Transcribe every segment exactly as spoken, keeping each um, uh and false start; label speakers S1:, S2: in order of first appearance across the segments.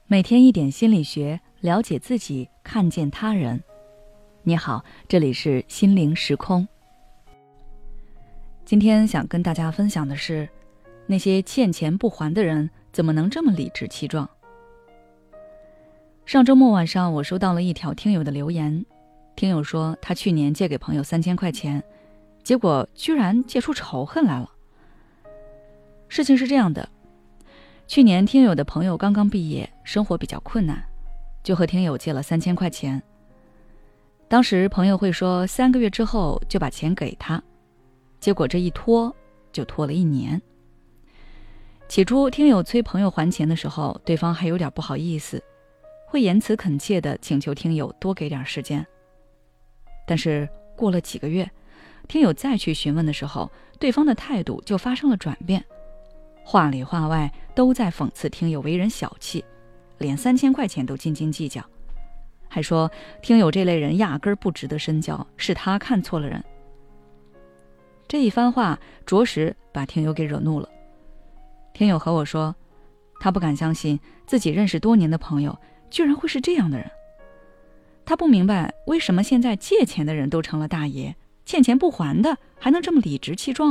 S1: 每天一点心理学，了解自己，看见他人。你好，这里是心灵时空。今天想跟大家分享的是，那些欠钱不还的人怎么能这么理直气壮？上周末晚上，我收到了一条听友的留言，听友说他去年借给朋友三千块钱，结果居然借出仇恨来了。事情是这样的，去年听友的朋友刚刚毕业，生活比较困难，就和听友借了三千块钱。当时朋友会说三个月之后就把钱给他，结果这一拖就拖了一年。起初听友催朋友还钱的时候，对方还有点不好意思，会言辞恳切地请求听友多给点时间。但是过了几个月，听友再去询问的时候，对方的态度就发生了转变，话里话外都在讽刺听友为人小气，连三千块钱都斤斤计较，还说听友这类人压根儿不值得深交，是他看错了人。这一番话着实把听友给惹怒了。听友和我说，他不敢相信自己认识多年的朋友居然会是这样的人。他不明白为什么现在借钱的人都成了大爷，欠钱不还的还能这么理直气壮。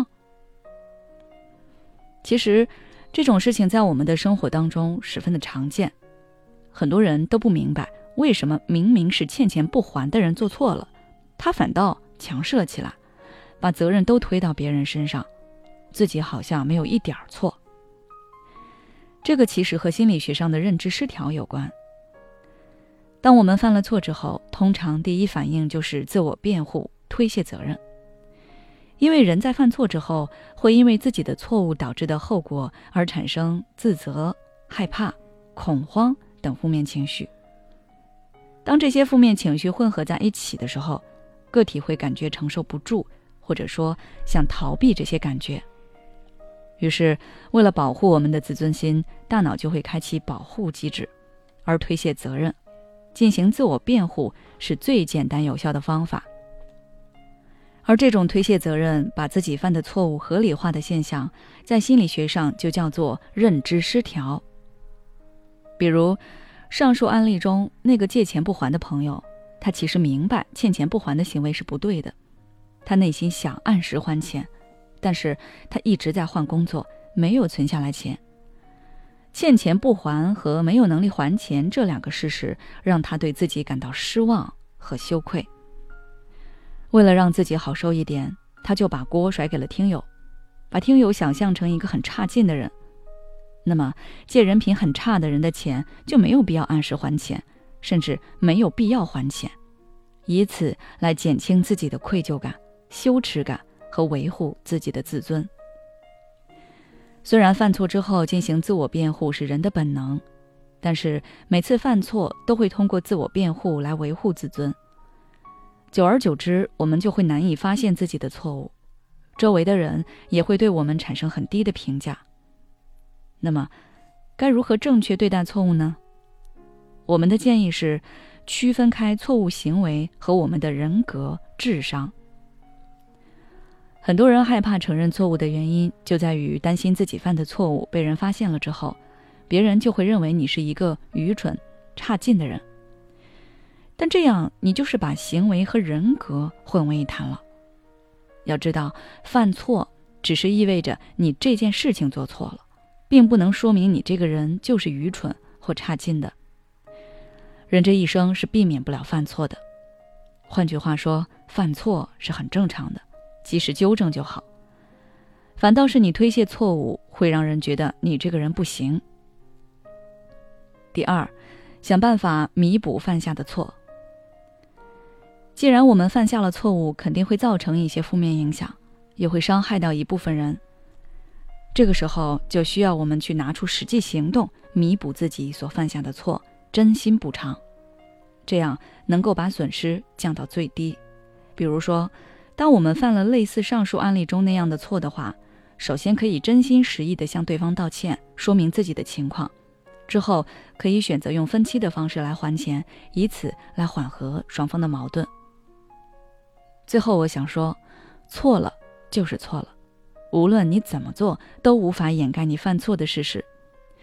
S1: 其实这种事情在我们的生活当中十分的常见，很多人都不明白为什么明明是欠钱不还的人做错了，他反倒强势了起来，把责任都推到别人身上，自己好像没有一点错。这个其实和心理学上的认知失调有关。当我们犯了错之后，通常第一反应就是自我辩护，推卸责任。因为人在犯错之后，会因为自己的错误导致的后果而产生自责、害怕、恐慌等负面情绪。当这些负面情绪混合在一起的时候，个体会感觉承受不住，或者说想逃避这些感觉。于是为了保护我们的自尊心，大脑就会开启保护机制，而推卸责任，进行自我辩护是最简单有效的方法。而这种推卸责任，把自己犯的错误合理化的现象，在心理学上就叫做认知失调。比如上述案例中那个借钱不还的朋友，他其实明白欠钱不还的行为是不对的，他内心想按时还钱，但是他一直在换工作，没有存下来钱。欠钱不还和没有能力还钱这两个事实，让他对自己感到失望和羞愧。为了让自己好受一点，他就把锅甩给了听友，把听友想象成一个很差劲的人。那么借人品很差的人的钱就没有必要按时还钱，甚至没有必要还钱，以此来减轻自己的愧疚感、羞耻感和维护自己的自尊。虽然犯错之后进行自我辩护是人的本能，但是每次犯错都会通过自我辩护来维护自尊。久而久之，我们就会难以发现自己的错误，周围的人也会对我们产生很低的评价。那么该如何正确对待错误呢？我们的建议是区分开错误行为和我们的人格、智商。很多人害怕承认错误的原因，就在于担心自己犯的错误被人发现了之后，别人就会认为你是一个愚蠢、差劲的人。但这样你就是把行为和人格混为一谈了。要知道，犯错只是意味着你这件事情做错了，并不能说明你这个人就是愚蠢或差劲的。人这一生是避免不了犯错的，换句话说，犯错是很正常的，及时纠正就好。反倒是你推卸错误，会让人觉得你这个人不行。第二，想办法弥补犯下的错。既然我们犯下了错误，肯定会造成一些负面影响，也会伤害到一部分人。这个时候就需要我们去拿出实际行动，弥补自己所犯下的错，真心补偿，这样能够把损失降到最低。比如说，当我们犯了类似上述案例中那样的错的话，首先可以真心实意地向对方道歉，说明自己的情况，之后可以选择用分期的方式来还钱，以此来缓和双方的矛盾。最后我想说，错了就是错了，无论你怎么做都无法掩盖你犯错的事实。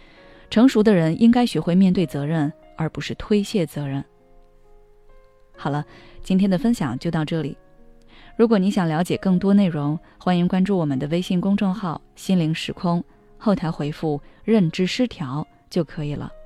S1: 成熟的人应该学会面对责任，而不是推卸责任。好了，今天的分享就到这里。如果你想了解更多内容，欢迎关注我们的微信公众号心灵时空，后台回复认知失调就可以了。